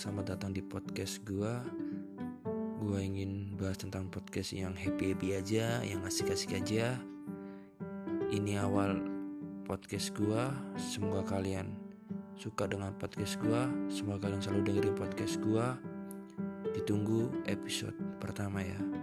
Selamat datang di podcast gua. Gua ingin bahas tentang podcast yang happy-happy aja, yang asik-asik aja. Ini awal podcast gua. Semoga kalian suka dengan podcast gua. Semoga kalian selalu dengerin podcast gua. Ditunggu episode pertama ya.